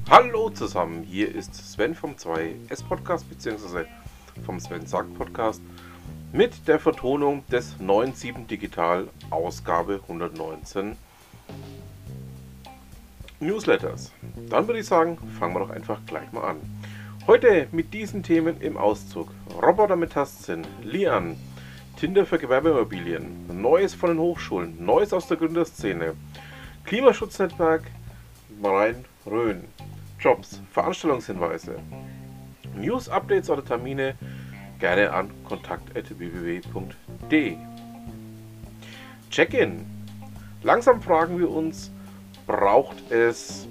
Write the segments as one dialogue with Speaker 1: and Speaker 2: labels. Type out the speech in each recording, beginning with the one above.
Speaker 1: Hallo zusammen, hier ist Sven vom 2S Podcast bzw. vom Sven Sagt Podcast mit der Vertonung des 9.7 Digital Ausgabe 119 Newsletters. Dann würde ich sagen, fangen wir doch einfach gleich mal an. Heute mit diesen Themen im Auszug: Roboter mit Tastsinn, Lian, Tinder für Gewerbeimmobilien, Neues von den Hochschulen, Neues aus der Gründerszene, Klimaschutznetzwerk Main-Rhön, Jobs, Veranstaltungshinweise, News, Updates oder Termine gerne an kontakt@www.de. Check-in. Langsam fragen wir uns, braucht es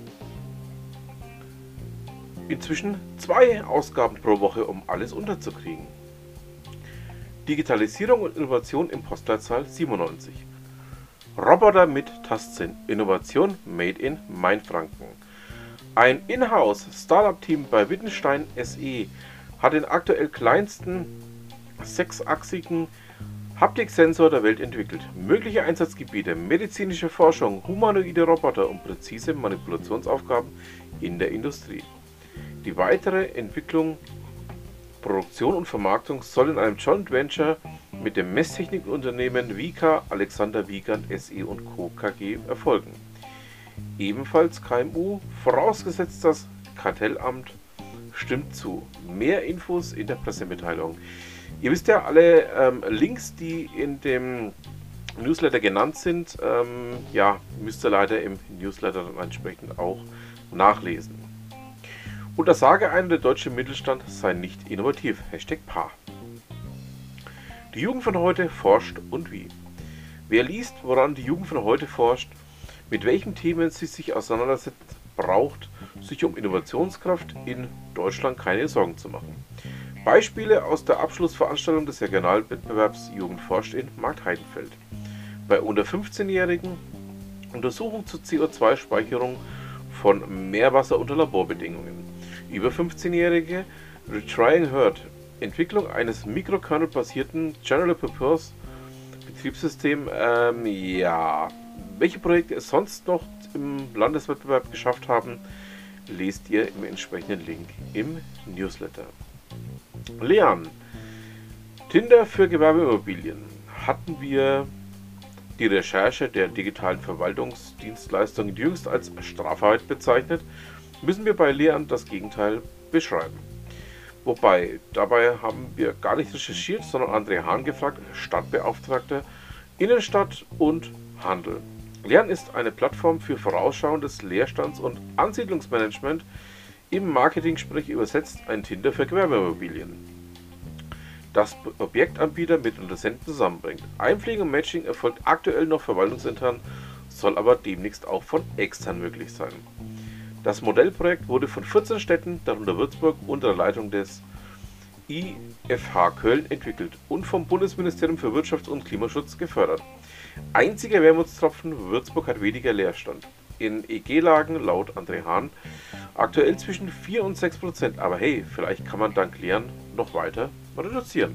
Speaker 1: inzwischen 2 Ausgaben pro Woche, um alles unterzukriegen? Digitalisierung und Innovation im Postleitzahl 97. Roboter mit Tastsinn. Innovation made in Mainfranken. Ein Inhouse-Startup-Team bei Wittenstein SE hat den aktuell kleinsten 6-achsigen Haptiksensor der Welt entwickelt. Mögliche Einsatzgebiete: medizinische Forschung, humanoide Roboter und präzise Manipulationsaufgaben in der Industrie. Die weitere Entwicklung, Produktion und Vermarktung soll in einem Joint Venture mit dem Messtechnikunternehmen Vika Alexander Wiegand SE & Co. KG erfolgen. Ebenfalls KMU, vorausgesetzt das Kartellamt stimmt zu. Mehr Infos in der Pressemitteilung. Ihr wisst ja, alle Links, die in dem Newsletter genannt sind, müsst ihr leider im Newsletter dann entsprechend auch nachlesen. Und da sage einer, der deutsche Mittelstand sei nicht innovativ. #PA. Die Jugend von heute forscht und wie. Wer liest, woran die Jugend von heute forscht, mit welchen Themen sie sich auseinandersetzt, braucht sich um Innovationskraft in Deutschland keine Sorgen zu machen. Beispiele aus der Abschlussveranstaltung des Regionalwettbewerbs Jugend forscht in Marktheidenfeld. Bei unter 15-Jährigen Untersuchung zur CO2-Speicherung von Meerwasser unter Laborbedingungen. Über 15-Jährige Retrying Herd. Entwicklung eines Mikrokernel-basierten General-Purpose Betriebssystem. Welche Projekte es sonst noch im Landeswettbewerb geschafft haben, lest ihr im entsprechenden Link im Newsletter. Lian, Tinder für Gewerbeimmobilien. Hatten wir die Recherche der digitalen Verwaltungsdienstleistungen jüngst als Strafarbeit bezeichnet, müssen wir bei Lian das Gegenteil beschreiben. Wobei, dabei haben wir gar nicht recherchiert, sondern André Hahn gefragt, Stadtbeauftragter, Innenstadt und Handel. Lian ist eine Plattform für vorausschauendes Leerstands- und Ansiedlungsmanagement, im Marketing-Sprech übersetzt ein Tinder für Gewerbeimmobilien, das Objektanbieter mit Interessenten zusammenbringt. Einpflegen und Matching erfolgt aktuell noch verwaltungsintern, soll aber demnächst auch von extern möglich sein. Das Modellprojekt wurde von 14 Städten, darunter Würzburg, unter der Leitung des IFH Köln entwickelt und vom Bundesministerium für Wirtschaft und Klimaschutz gefördert. Einziger Wermutstropfen: Würzburg hat weniger Leerstand. In EG-Lagen laut André Hahn aktuell zwischen 4 und 6%, aber hey, vielleicht kann man dank Lian noch weiter reduzieren.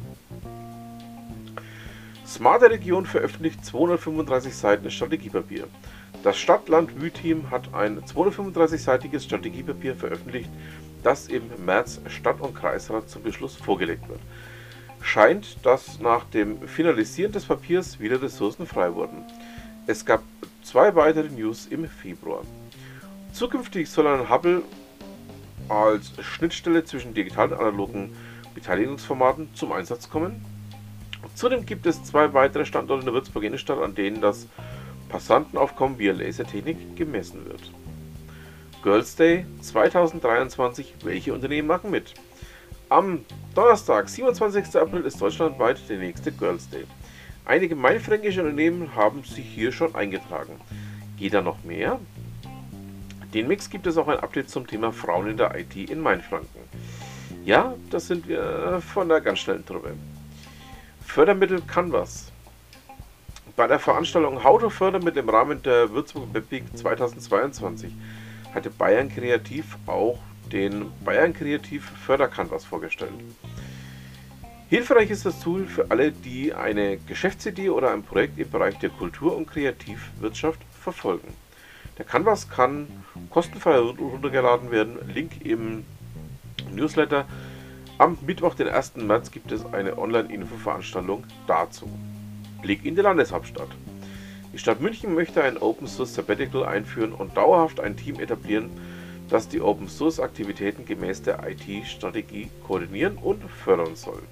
Speaker 1: Smarte Region veröffentlicht 235 Seiten Strategiepapier. Das Stadt-Land-Wü-Team hat ein 235-seitiges Strategiepapier veröffentlicht, das im März Stadt- und Kreisrat zum Beschluss vorgelegt wird. Scheint, dass nach dem Finalisieren des Papiers wieder Ressourcen frei wurden. Es gab 2 weitere News im Februar. Zukünftig soll ein Hubble als Schnittstelle zwischen digitalen und analogen Beteiligungsformaten zum Einsatz kommen. Zudem gibt es 2 weitere Standorte in der Würzburger Innenstadt, an denen das Passantenaufkommen via Lasertechnik gemessen wird. Girls Day 2023. Welche Unternehmen machen mit? Am Donnerstag, 27. April, ist deutschlandweit der nächste Girls Day. Einige mainfränkische Unternehmen haben sich hier schon eingetragen. Geht da noch mehr? Den Mix gibt es auch ein Update zum Thema Frauen in der IT in Mainfranken. Ja, das sind wir von der ganz schnellen Truppe. Fördermittel Canvas. Bei der Veranstaltung How to Fördermittel im Rahmen der Würzburg Webweek 2022 hatte Bayern Kreativ auch den Bayern Kreativ Fördercanvas vorgestellt. Hilfreich ist das Tool für alle, die eine Geschäftsidee oder ein Projekt im Bereich der Kultur- und Kreativwirtschaft verfolgen. Der Canvas kann kostenfrei runtergeladen werden. Link im Newsletter. Am Mittwoch, den 1. März, gibt es eine Online-Info-Veranstaltung dazu. Blick in die Landeshauptstadt. Die Stadt München möchte ein Open Source Sabbatical einführen und dauerhaft ein Team etablieren, das die Open Source Aktivitäten gemäß der IT-Strategie koordinieren und fördern soll.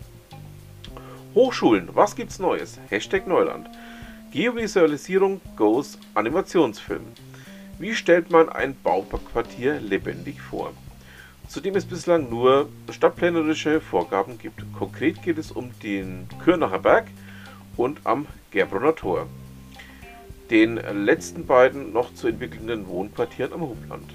Speaker 1: Hochschulen, was gibt's Neues? Hashtag Neuland. Geovisualisierung goes Animationsfilm. Wie stellt man ein Bauquartier lebendig vor? Zudem es bislang nur stadtplanerische Vorgaben gibt. Konkret geht es um den Kürnacher Berg und am Gerbrunner Tor, den letzten beiden noch zu entwickelnden Wohnquartieren am Hubland.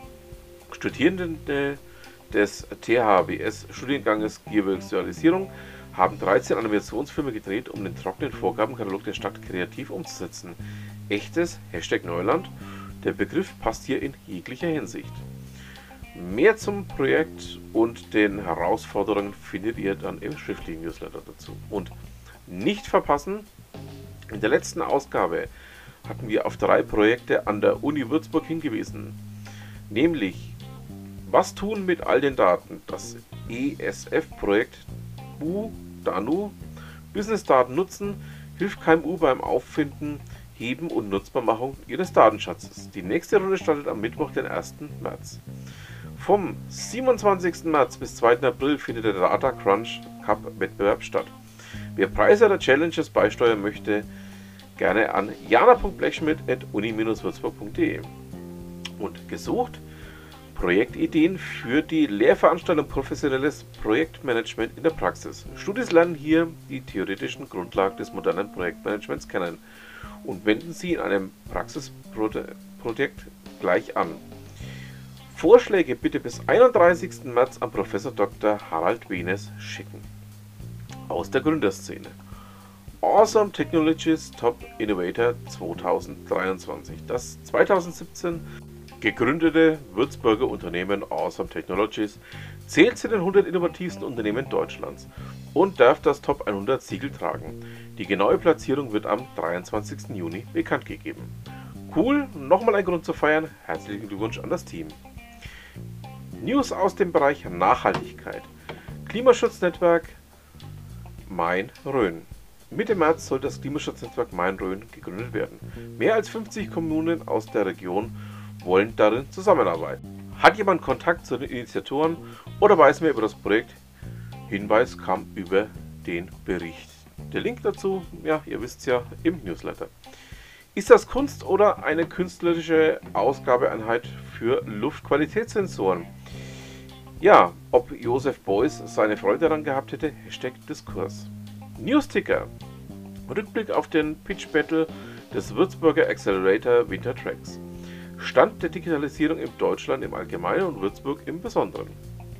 Speaker 1: Studierende des THWS-Studienganges Geovisualisierung haben 13 Animationsfilme gedreht, um den trockenen Vorgabenkatalog der Stadt kreativ umzusetzen. Echtes Hashtag Neuland. Der Begriff passt hier in jeglicher Hinsicht. Mehr zum Projekt und den Herausforderungen findet ihr dann im schriftlichen Newsletter dazu. Und nicht verpassen, in der letzten Ausgabe hatten wir auf 3 Projekte an der Uni Würzburg hingewiesen. Nämlich, was tun mit all den Daten? Das ESF-Projekt BU-DANU, Business-Daten nutzen, hilft KMU beim Auffinden, Heben und Nutzbarmachung ihres Datenschatzes. Die nächste Runde startet am Mittwoch, den 1. März. Vom 27. März bis 2. April findet der Data Crunch Cup Wettbewerb statt. Wer Preise oder Challenges beisteuern möchte, gerne an jana.blechschmidt@uni-würzburg.de. Und gesucht Projektideen für die Lehrveranstaltung Professionelles Projektmanagement in der Praxis. Studis lernen hier die theoretischen Grundlagen des modernen Projektmanagements kennen und wenden sie in einem Praxisprojekt gleich an. Vorschläge bitte bis 31. März an Prof. Dr. Harald Wehnes schicken. Aus der Gründerszene. Awesome Technologies Top Innovator 2023. Das 2017 gegründete Würzburger Unternehmen Awesome Technologies zählt zu den 100 innovativsten Unternehmen Deutschlands und darf das Top 100 Siegel tragen. Die genaue Platzierung wird am 23. Juni bekannt gegeben. Cool, nochmal ein Grund zu feiern. Herzlichen Glückwunsch an das Team. News aus dem Bereich Nachhaltigkeit. Klimaschutznetzwerk Main-Rhön. Mitte März soll das Klimaschutznetzwerk Main-Rhön gegründet werden. Mehr als 50 Kommunen aus der Region wollen darin zusammenarbeiten. Hat jemand Kontakt zu den Initiatoren oder weiß mehr über das Projekt? Hinweis kam über den Bericht. Der Link dazu, ja, ihr wisst ja, im Newsletter. Ist das Kunst oder eine künstlerische Ausgabeeinheit für Luftqualitätssensoren? Ja, ob Joseph Beuys seine Freude daran gehabt hätte, Hashtag Diskurs. Newsticker. Rückblick auf den Pitch Battle des Würzburger Accelerator Winter Tracks. Stand der Digitalisierung in Deutschland im Allgemeinen und Würzburg im Besonderen.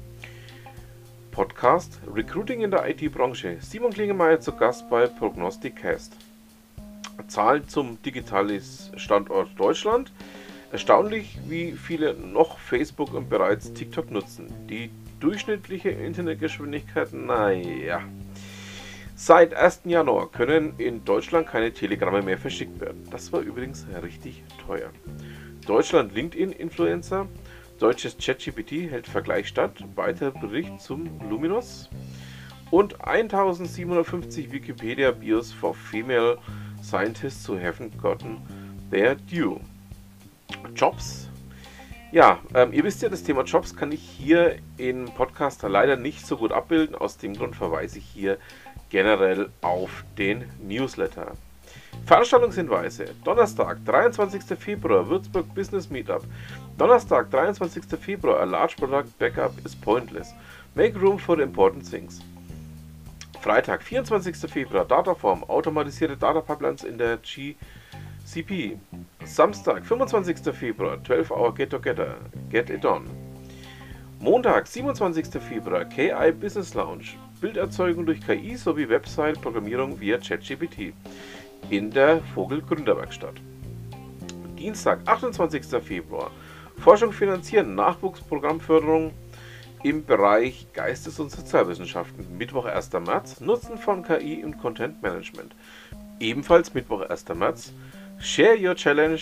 Speaker 1: Podcast Recruiting in der IT-Branche. Simon Klingemeier zu Gast bei Prognosticast. Zahlen zum Digitalis-Standort Deutschland. Erstaunlich, wie viele noch Facebook und bereits TikTok nutzen. Die durchschnittliche Internetgeschwindigkeit, naja. Seit 1. Januar können in Deutschland keine Telegramme mehr verschickt werden. Das war übrigens richtig teuer. Deutschland LinkedIn-Influencer. Deutsches ChatGPT hält Vergleich statt. Weiterer Bericht zum Luminous. Und 1750 Wikipedia-Bios for Female Scientists who haven't gotten their due. Jobs. Ja, ihr wisst ja, das Thema Jobs kann ich hier im Podcast leider nicht so gut abbilden. Aus dem Grund verweise ich hier generell auf den Newsletter. Veranstaltungshinweise. Donnerstag, 23. Februar, Würzburg Business Meetup. Donnerstag, 23. Februar, a large product backup is pointless. Make room for the important things. Freitag, 24. Februar, Dataform, automatisierte Data Pipelines in der GCP. Samstag, 25. Februar, 12-Hour Get Together, Get It On. Montag, 27. Februar, KI Business Lounge, Bilderzeugung durch KI sowie Website-Programmierung via ChatGPT in der Vogel Gründerwerkstatt. Dienstag, 28. Februar, Forschung finanzieren, Nachwuchsprogrammförderung im Bereich Geistes- und Sozialwissenschaften. Mittwoch, 1. März, Nutzen von KI im Content Management. Ebenfalls Mittwoch, 1. März, Share Your Challenge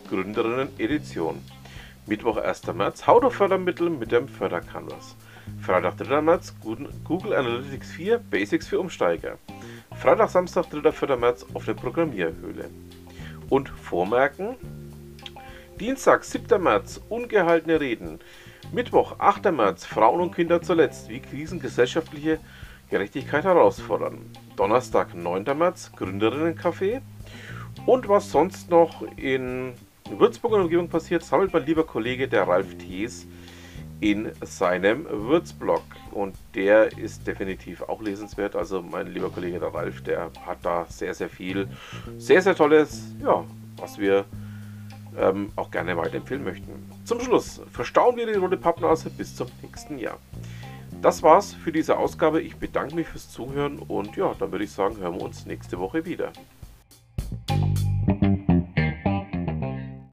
Speaker 1: Gründerinnen-Edition. Mittwoch, 1. März, How-to-Fördermittel mit dem Fördercanvas. Freitag, 3. März, Google Analytics 4, Basics für Umsteiger. Freitag, Samstag, 3. 4. März, offene Programmierhöhle. Und vormerken, Dienstag, 7. März, ungehaltene Reden. Mittwoch, 8. März, Frauen und Kinder zuletzt, wie Krisen gesellschaftliche Gerechtigkeit herausfordern. Donnerstag, 9. März, Gründerinnencafé. Und was sonst noch in Würzburg und Umgebung passiert, sammelt mein lieber Kollege, der Ralf Thees, in seinem Würzblog. Und der ist definitiv auch lesenswert. Also mein lieber Kollege, der Ralf, der hat da sehr, sehr viel, sehr, sehr Tolles, ja, was wir auch gerne weiterempfehlen möchten. Zum Schluss verstauen wir die rote Pappnase bis zum nächsten Jahr. Das war's für diese Ausgabe. Ich bedanke mich fürs Zuhören und ja, dann würde ich sagen, hören wir uns nächste Woche wieder.